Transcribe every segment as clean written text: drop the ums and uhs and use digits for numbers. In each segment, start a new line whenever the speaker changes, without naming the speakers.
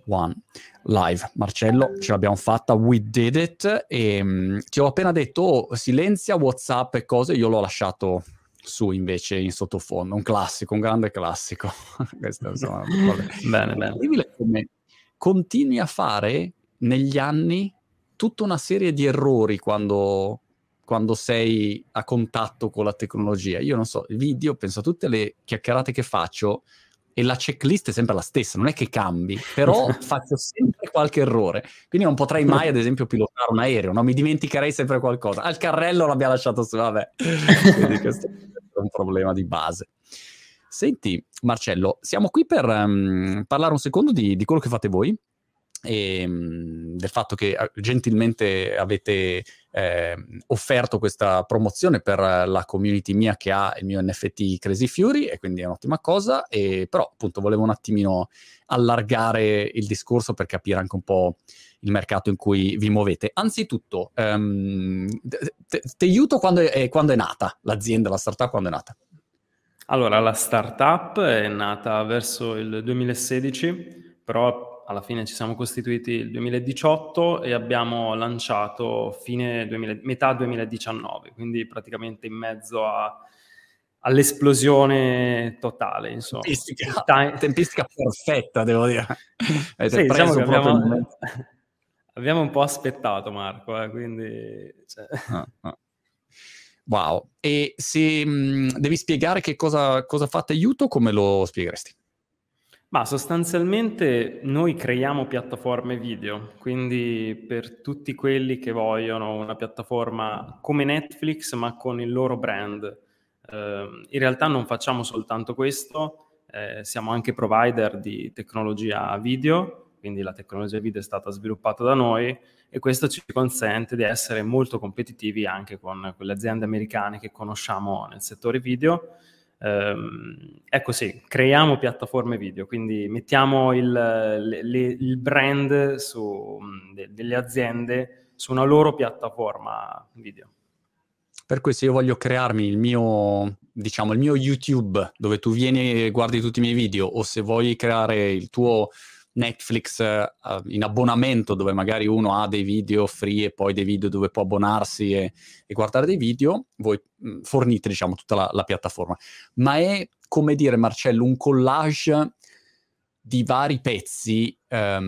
One. Live. Marcello, ce l'abbiamo fatta, we did it, e ti ho appena detto, silenzia WhatsApp e cose, io l'ho lasciato su invece in sottofondo, un classico, un grande classico. Questo, insomma,
Bene.
Incredibile come continui a fare negli anni tutta una serie di errori quando sei a contatto con la tecnologia. Io non so, i video, penso a tutte le chiacchierate che faccio e la checklist è sempre la stessa, non è che cambi, però faccio sempre qualche errore. Quindi non potrei mai, ad esempio, pilotare un aereo, no? Mi dimenticherei sempre qualcosa. Il carrello l'abbiamo lasciato su, vabbè. Quindi questo è un problema di base. Senti, Marcello, siamo qui per parlare un secondo di quello che fate voi e del fatto che gentilmente avete offerto questa promozione per la community mia che ha il mio NFT Crazy Fury, e quindi è un'ottima cosa, però appunto volevo un attimino allargare il discorso per capire anche un po' il mercato in cui vi muovete. Anzitutto, ti aiuto quando è nata l'azienda, la startup, quando è nata?
Allora, la startup è nata verso il 2016, però alla fine ci siamo costituiti il 2018 e abbiamo lanciato metà 2019, quindi praticamente in mezzo all'esplosione totale, insomma.
Tempistica perfetta, devo dire. Avete
Sì, diciamo
preso
che
proprio il momento.
abbiamo un po' aspettato, Marco, quindi...
Wow. E se devi spiegare che cosa fate aiuto, come lo spiegheresti?
Ma sostanzialmente noi creiamo piattaforme video, quindi per tutti quelli che vogliono una piattaforma come Netflix ma con il loro brand. In realtà non facciamo soltanto questo, siamo anche provider di tecnologia video, quindi la tecnologia video è stata sviluppata da noi e questo ci consente di essere molto competitivi anche con quelle aziende americane che conosciamo nel settore video. Ecco sì, creiamo piattaforme video, quindi mettiamo il brand delle aziende su una loro piattaforma video.
Per cui se io voglio crearmi il mio YouTube, dove tu vieni e guardi tutti i miei video, o se vuoi creare il tuo Netflix in abbonamento, dove magari uno ha dei video free e poi dei video dove può abbonarsi e guardare dei video, voi fornite, diciamo, tutta la piattaforma. Ma è, come dire, Marcello, un collage di vari pezzi,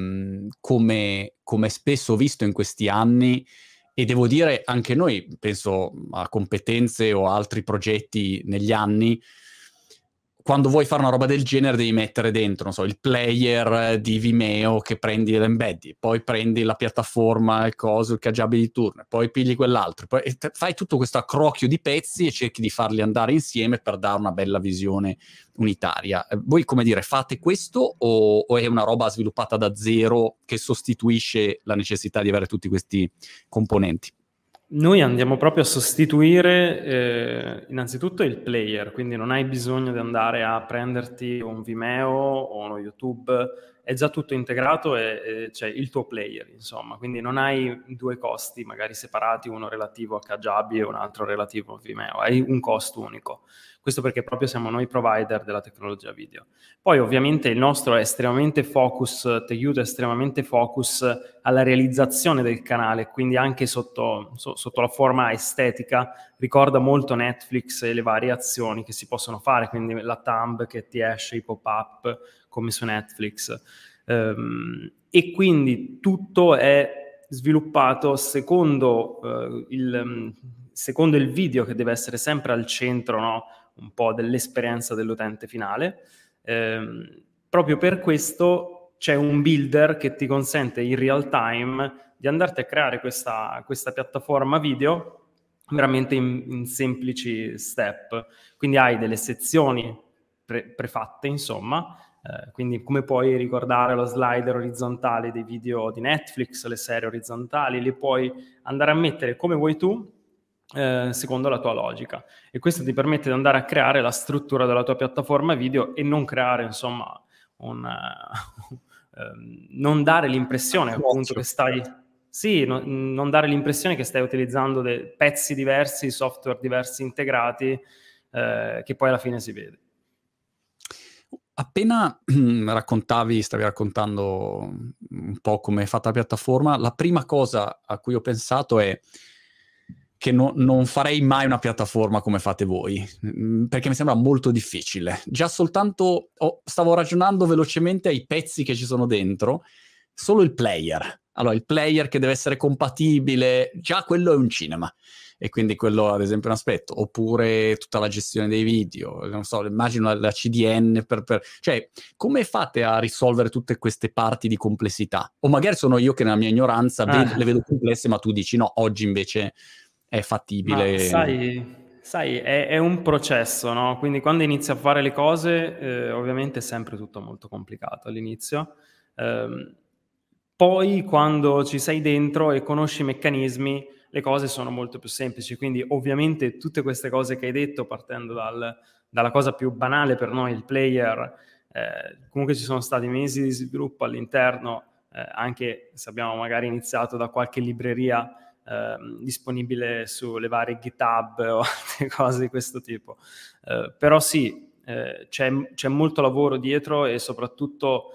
come spesso visto in questi anni. E devo dire, anche noi, penso a competenze o altri progetti negli anni, quando vuoi fare una roba del genere devi mettere dentro, non so, il player di Vimeo che prendi l'embeddi, poi prendi la piattaforma, il coso, il Kajabi di turno, poi pigli quell'altro, poi fai tutto questo accrocchio di pezzi e cerchi di farli andare insieme per dare una bella visione unitaria. Voi, come dire, fate questo o è una roba sviluppata da zero che sostituisce la necessità di avere tutti questi componenti?
Noi andiamo proprio a sostituire innanzitutto il player, quindi non hai bisogno di andare a prenderti un Vimeo o uno YouTube, è già tutto integrato e c'è il tuo player, insomma, quindi non hai due costi magari separati, uno relativo a Kajabi e un altro relativo a Vimeo, hai un costo unico. Questo perché proprio siamo noi provider della tecnologia video. Poi ovviamente il nostro è estremamente focus, ti aiuta estremamente focus alla realizzazione del canale, quindi anche sotto la forma estetica ricorda molto Netflix e le varie azioni che si possono fare, quindi la thumb che ti esce, i pop-up come su Netflix. E quindi tutto è sviluppato secondo il video, che deve essere sempre al centro, no? Un po' dell'esperienza dell'utente finale. Proprio per questo c'è un builder che ti consente in real time di andarti a creare questa piattaforma video veramente in semplici step. Quindi hai delle sezioni prefatte, insomma, quindi come puoi ricordare lo slider orizzontale dei video di Netflix, le serie orizzontali, li puoi andare a mettere come vuoi tu, secondo la tua logica, e questo ti permette di andare a creare la struttura della tua piattaforma video e non creare, insomma, non dare l'impressione appunto che stai non dare l'impressione che stai utilizzando pezzi diversi, software diversi integrati, che poi alla fine si vede.
Appena stavi raccontando un po' come è fatta la piattaforma, la prima cosa a cui ho pensato è che non farei mai una piattaforma come fate voi, perché mi sembra molto difficile. Già soltanto stavo ragionando velocemente ai pezzi che ci sono dentro, solo il player. Allora, il player che deve essere compatibile, già quello è un cinema. E quindi quello, ad esempio, è un aspetto. Oppure tutta la gestione dei video, non so, immagino la CDN Cioè, come fate a risolvere tutte queste parti di complessità? O magari sono io che nella mia ignoranza le vedo complesse, ma tu dici no, oggi invece è
Ma
fattibile.
sai, è un processo, no? Quindi quando inizi a fare le cose, ovviamente è sempre tutto molto complicato all'inizio. Poi quando ci sei dentro e conosci i meccanismi, le cose sono molto più semplici. Quindi ovviamente tutte queste cose che hai detto, partendo dalla cosa più banale per noi, il player, comunque ci sono stati mesi di sviluppo all'interno, anche se abbiamo magari iniziato da qualche libreria disponibile sulle varie GitHub o altre cose di questo tipo. Però sì, c'è molto lavoro dietro e soprattutto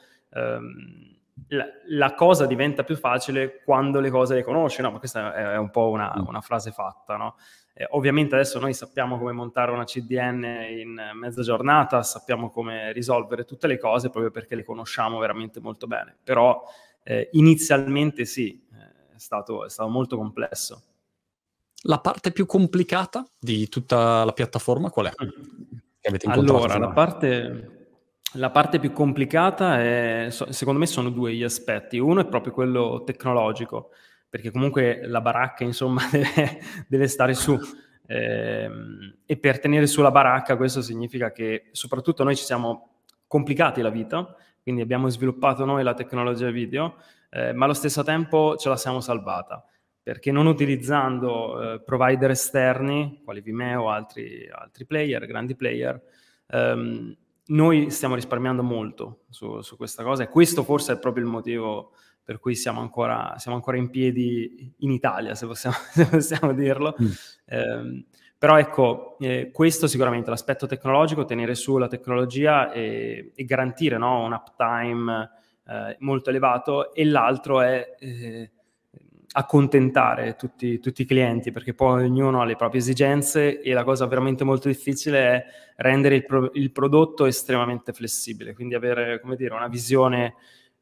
la cosa diventa più facile quando le cose le conosci, no? Ma questa è un po' una frase fatta, no? Ovviamente adesso noi sappiamo come montare una CDN in mezza giornata, sappiamo come risolvere tutte le cose proprio perché le conosciamo veramente molto bene, però inizialmente sì, è stato molto complesso.
La parte più complicata di tutta la piattaforma qual è? Che avete incontrato
Allora,
finora?
la parte più complicata secondo me sono due gli aspetti. Uno è proprio quello tecnologico, perché comunque la baracca, insomma, deve stare su. E per tenere su la baracca questo significa che soprattutto noi ci siamo complicati la vita, quindi abbiamo sviluppato noi la tecnologia video, ma allo stesso tempo ce la siamo salvata, perché non utilizzando provider esterni, quali Vimeo o altri player, grandi player, noi stiamo risparmiando molto su questa cosa, e questo forse è proprio il motivo per cui siamo ancora in piedi in Italia, se possiamo dirlo. Però ecco, questo sicuramente l'aspetto tecnologico, tenere su la tecnologia e garantire, no, un uptime molto elevato, e l'altro è accontentare tutti i clienti, perché poi ognuno ha le proprie esigenze e la cosa veramente molto difficile è rendere il prodotto estremamente flessibile, quindi avere, come dire, una visione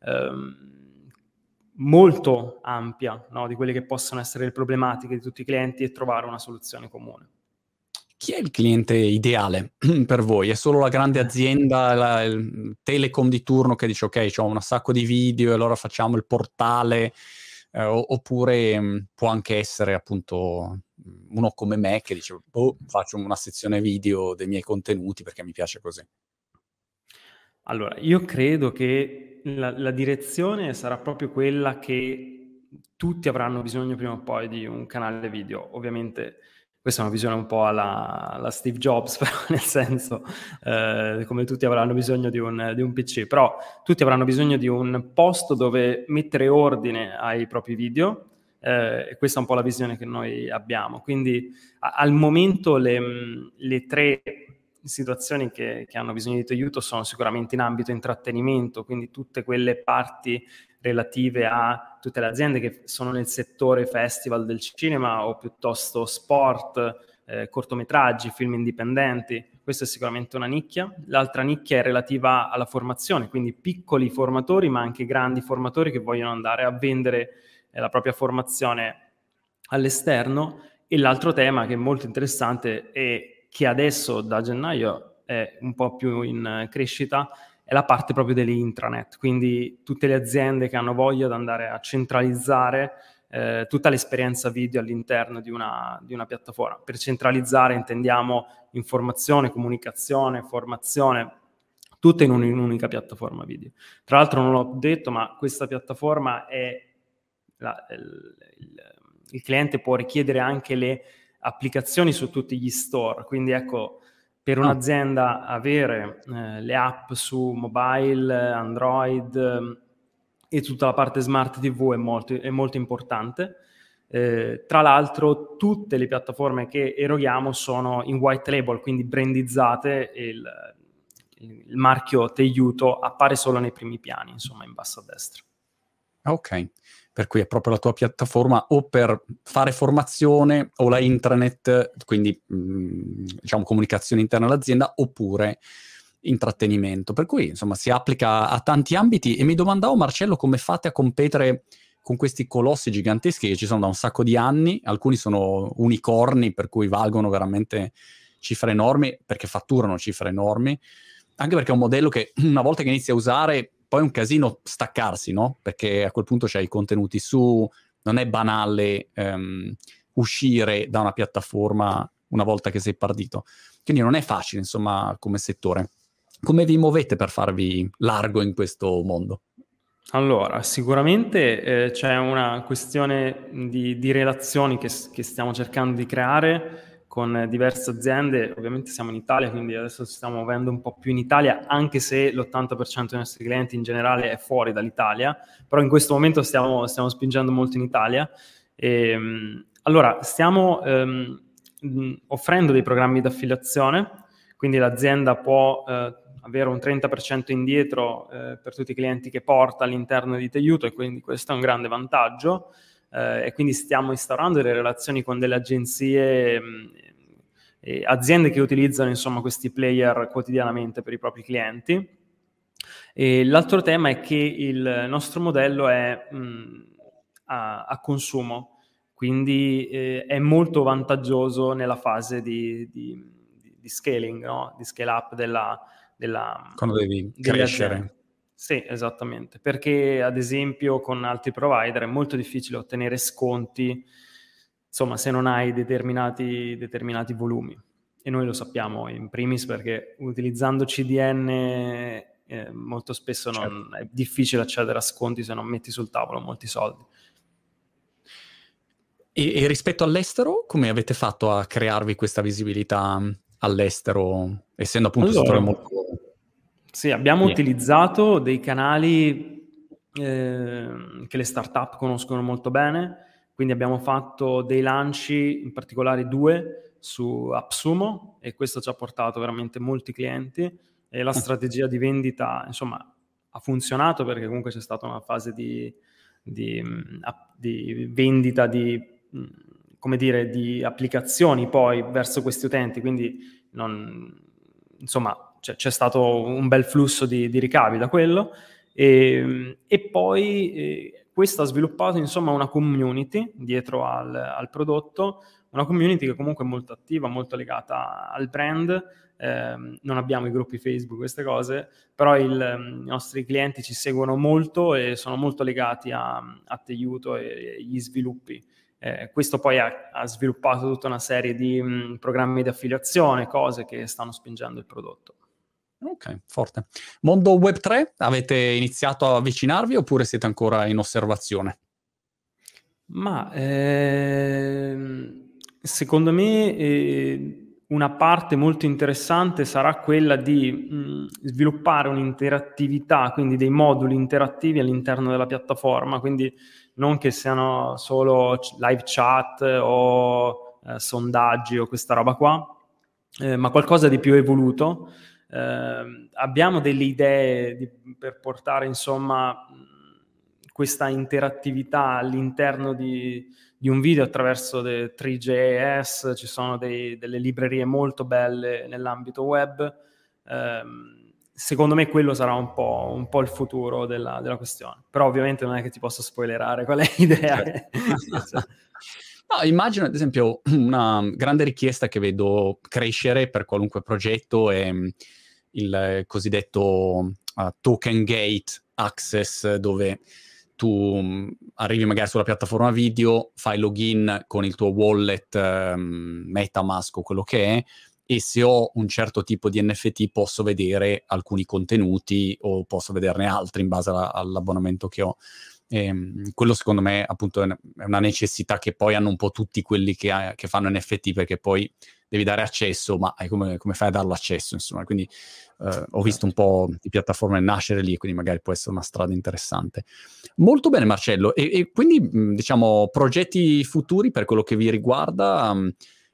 molto ampia, no, di quelle che possono essere le problematiche di tutti i clienti e trovare una soluzione comune.
Chi è il cliente ideale per voi? È solo la grande azienda, il telecom di turno che dice ok, c'ho un sacco di video e allora facciamo il portale, oppure può anche essere appunto uno come me che dice faccio una sezione video dei miei contenuti perché mi piace così.
Allora, io credo che la direzione sarà proprio quella che tutti avranno bisogno prima o poi di un canale video. Ovviamente questa è una visione un po' alla Steve Jobs, però nel senso, come tutti avranno bisogno di un PC, però tutti avranno bisogno di un posto dove mettere ordine ai propri video, e questa è un po' la visione che noi abbiamo. Quindi al momento le tre situazioni che hanno bisogno di tuo aiuto sono sicuramente in ambito intrattenimento, quindi tutte quelle parti relative a tutte le aziende che sono nel settore festival del cinema o piuttosto sport, cortometraggi, film indipendenti. Questa è sicuramente una nicchia. L'altra nicchia è relativa alla formazione, quindi piccoli formatori ma anche grandi formatori che vogliono andare a vendere la propria formazione all'esterno. E l'altro tema che è molto interessante e che adesso da gennaio è un po' più in crescita è la parte proprio delle intranet, quindi tutte le aziende che hanno voglia di andare a centralizzare tutta l'esperienza video all'interno di una piattaforma. Per centralizzare intendiamo informazione, comunicazione, formazione, tutto in un'unica piattaforma video. Tra l'altro non l'ho detto, ma questa piattaforma è il cliente può richiedere anche le applicazioni su tutti gli store, quindi ecco, per un'azienda avere le app su mobile, Android e tutta la parte smart TV è molto importante. Tra l'altro tutte le piattaforme che eroghiamo sono in white label, quindi brandizzate, il marchio Teiuto appare solo nei primi piani, insomma, in basso a destra.
Ok, per cui è proprio la tua piattaforma o per fare formazione o la intranet, quindi diciamo comunicazione interna all'azienda, oppure intrattenimento. Per cui insomma si applica a tanti ambiti e mi domandavo, Marcello, come fate a competere con questi colossi giganteschi che ci sono da un sacco di anni. Alcuni sono unicorni, per cui valgono veramente cifre enormi, perché fatturano cifre enormi, anche perché è un modello che una volta che inizi a usare poi è un casino staccarsi, no? Perché a quel punto c'hai i contenuti su, non è banale uscire da una piattaforma una volta che sei partito. Quindi non è facile, insomma, come settore. Come vi muovete per farvi largo in questo mondo?
Allora, sicuramente c'è una questione di relazioni che stiamo cercando di creare con diverse aziende. Ovviamente siamo in Italia, quindi adesso ci stiamo muovendo un po' più in Italia, anche se l'80% dei nostri clienti in generale è fuori dall'Italia, però in questo momento stiamo spingendo molto in Italia. Allora, stiamo offrendo dei programmi di affiliazione, quindi l'azienda può avere un 30% indietro per tutti i clienti che porta all'interno di Teiuto, e quindi questo è un grande vantaggio. E quindi stiamo instaurando delle relazioni con delle agenzie e aziende che utilizzano insomma questi player quotidianamente per i propri clienti. E l'altro tema è che il nostro modello è a consumo, quindi è molto vantaggioso nella fase di scaling, no? Di scale up
Quando devi
delle
crescere.
aziende. Sì, esattamente, perché ad esempio con altri provider è molto difficile ottenere sconti, insomma, se non hai determinati volumi. E noi lo sappiamo in primis perché utilizzando CDN molto spesso
Certo.
è difficile accedere a sconti se non metti sul tavolo molti soldi.
E rispetto all'estero, come avete fatto a crearvi questa visibilità all'estero, essendo appunto un settore molto...
Sì, abbiamo
Niente.
utilizzato dei canali che le startup conoscono molto bene, quindi abbiamo fatto dei lanci, in particolare 2, su AppSumo, e questo ci ha portato veramente molti clienti, e la strategia di vendita, insomma, ha funzionato perché comunque c'è stata una fase di vendita come dire, di applicazioni poi verso questi utenti, quindi insomma c'è stato un bel flusso di ricavi da quello, e poi questo ha sviluppato insomma una community dietro al prodotto, una community che comunque è molto attiva, molto legata al brand. Non abbiamo i gruppi Facebook, queste cose, però i nostri clienti ci seguono molto e sono molto legati a Teiuto e gli sviluppi. Questo poi ha sviluppato tutta una serie di programmi di affiliazione, cose che stanno spingendo il prodotto.
Ok, forte. Mondo Web3, avete iniziato a avvicinarvi oppure siete ancora in osservazione?
Ma secondo me una parte molto interessante sarà quella di sviluppare un'interattività, quindi dei moduli interattivi all'interno della piattaforma, quindi non che siano solo live chat o sondaggi o questa roba qua, ma qualcosa di più evoluto. Abbiamo delle idee per portare insomma questa interattività all'interno di un video attraverso 3JS. Ci sono delle librerie molto belle nell'ambito web. Secondo me quello sarà un po' il futuro della questione, però ovviamente non è che ti posso spoilerare qual è l'idea.
Certo. No, immagino ad esempio una grande richiesta che vedo crescere per qualunque progetto è il cosiddetto token gate access, dove tu arrivi magari sulla piattaforma video, fai login con il tuo wallet, MetaMask o quello che è, e se ho un certo tipo di NFT posso vedere alcuni contenuti o posso vederne altri in base all'abbonamento che ho. Quello secondo me appunto è una necessità che poi hanno un po' tutti quelli che fanno NFT, perché poi devi dare accesso, ma come fai a darlo accesso, insomma. Quindi ho visto un po' di piattaforme nascere lì, quindi magari può essere una strada interessante. Molto bene, Marcello, e quindi diciamo progetti futuri per quello che vi riguarda,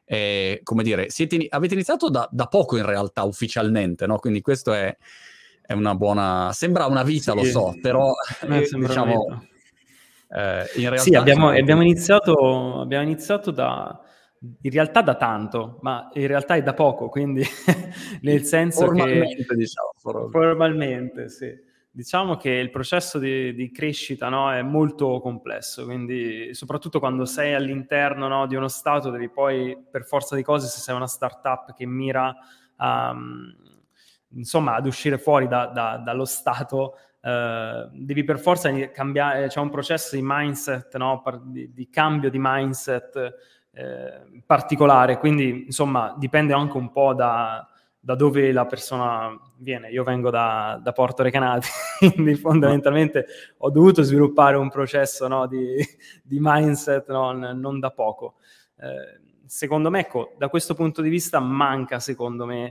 come dire, avete iniziato da poco in realtà ufficialmente, no? Quindi questo è una buona... Sembra una vita,
Sì,
lo so, però
sembra una
diciamo,
vita.
in
Sì,
realtà insomma,
abbiamo iniziato in realtà da tanto, ma in realtà è da poco, quindi nel senso che
formalmente, diciamo.
formalmente, sì. Diciamo che il processo di crescita, no, è molto complesso, quindi soprattutto quando sei all'interno, no, di uno stato, devi poi, per forza di cose, se sei una startup che mira insomma, ad uscire fuori dallo stato, devi per forza cambiare, c'è un processo di mindset, no, di cambio di mindset particolare, quindi insomma dipende anche un po' da dove la persona viene. Io vengo da Porto Recanati, quindi fondamentalmente ho dovuto sviluppare un processo, no, di mindset, no, non da poco. Secondo me, ecco, da questo punto di vista manca, secondo me,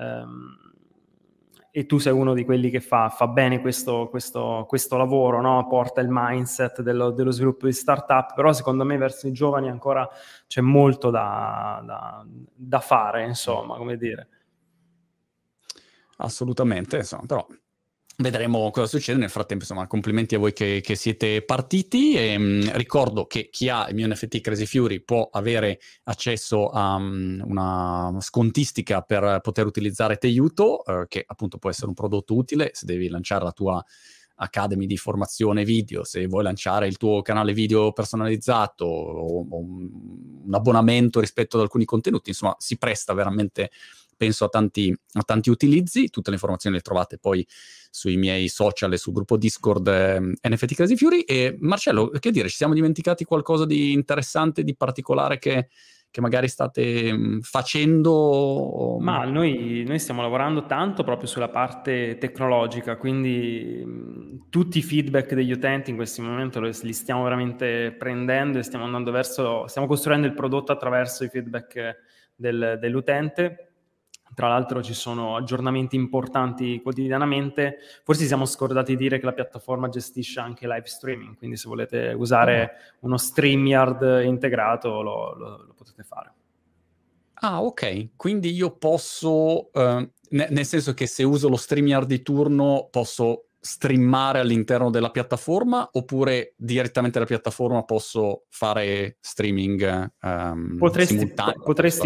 e tu sei uno di quelli che fa bene questo lavoro, no? Porta il mindset dello sviluppo di startup, però secondo me verso i giovani ancora c'è molto da fare, insomma, come dire.
Assolutamente, insomma, però vedremo cosa succede. Nel frattempo, insomma, complimenti a voi che siete partiti. Ricordo che chi ha il mio NFT Crazy Fury può avere accesso a una scontistica per poter utilizzare Teiuto, che appunto può essere un prodotto utile se devi lanciare la tua Academy di formazione video, se vuoi lanciare il tuo canale video personalizzato o un abbonamento rispetto ad alcuni contenuti. Insomma, si presta veramente, penso, a tanti utilizzi. Tutte le informazioni le trovate poi sui miei social e sul gruppo Discord NFT Crazy Fury. E Marcello, che dire, ci siamo dimenticati qualcosa di interessante, di particolare che magari state facendo?
Ma noi stiamo lavorando tanto proprio sulla parte tecnologica, quindi tutti i feedback degli utenti in questo momento li stiamo veramente prendendo e stiamo costruendo il prodotto attraverso i feedback dell'utente. Tra l'altro ci sono aggiornamenti importanti quotidianamente. Forse ci siamo scordati di dire che la piattaforma gestisce anche live streaming, quindi se volete usare uno StreamYard integrato lo potete fare.
Ah, ok. Quindi io posso, nel senso che se uso lo StreamYard di turno posso streamare all'interno della piattaforma, oppure direttamente dalla piattaforma posso fare streaming simultaneo?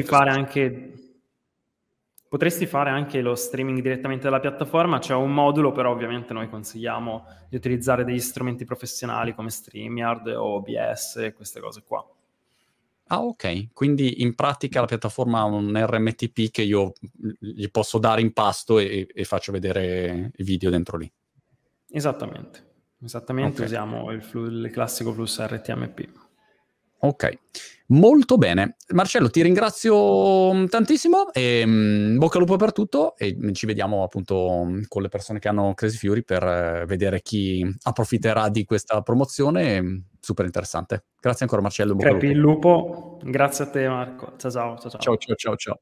Potresti fare anche lo streaming direttamente dalla piattaforma, c'è un modulo, però ovviamente noi consigliamo di utilizzare degli strumenti professionali come StreamYard o OBS, queste cose qua.
Ah, ok. Quindi in pratica la piattaforma ha un RMTP che io gli posso dare in pasto e faccio vedere i video dentro lì.
Esattamente. Okay. Usiamo il classico flusso RTMP.
Ok, molto bene. Marcello, ti ringrazio tantissimo e bocca al lupo per tutto, e ci vediamo appunto con le persone che hanno Crazy Fury per vedere chi approfitterà di questa promozione. Super interessante. Grazie ancora Marcello, bocca al lupo.
Crepi il lupo, grazie a te Marco. Ciao.
Ciao.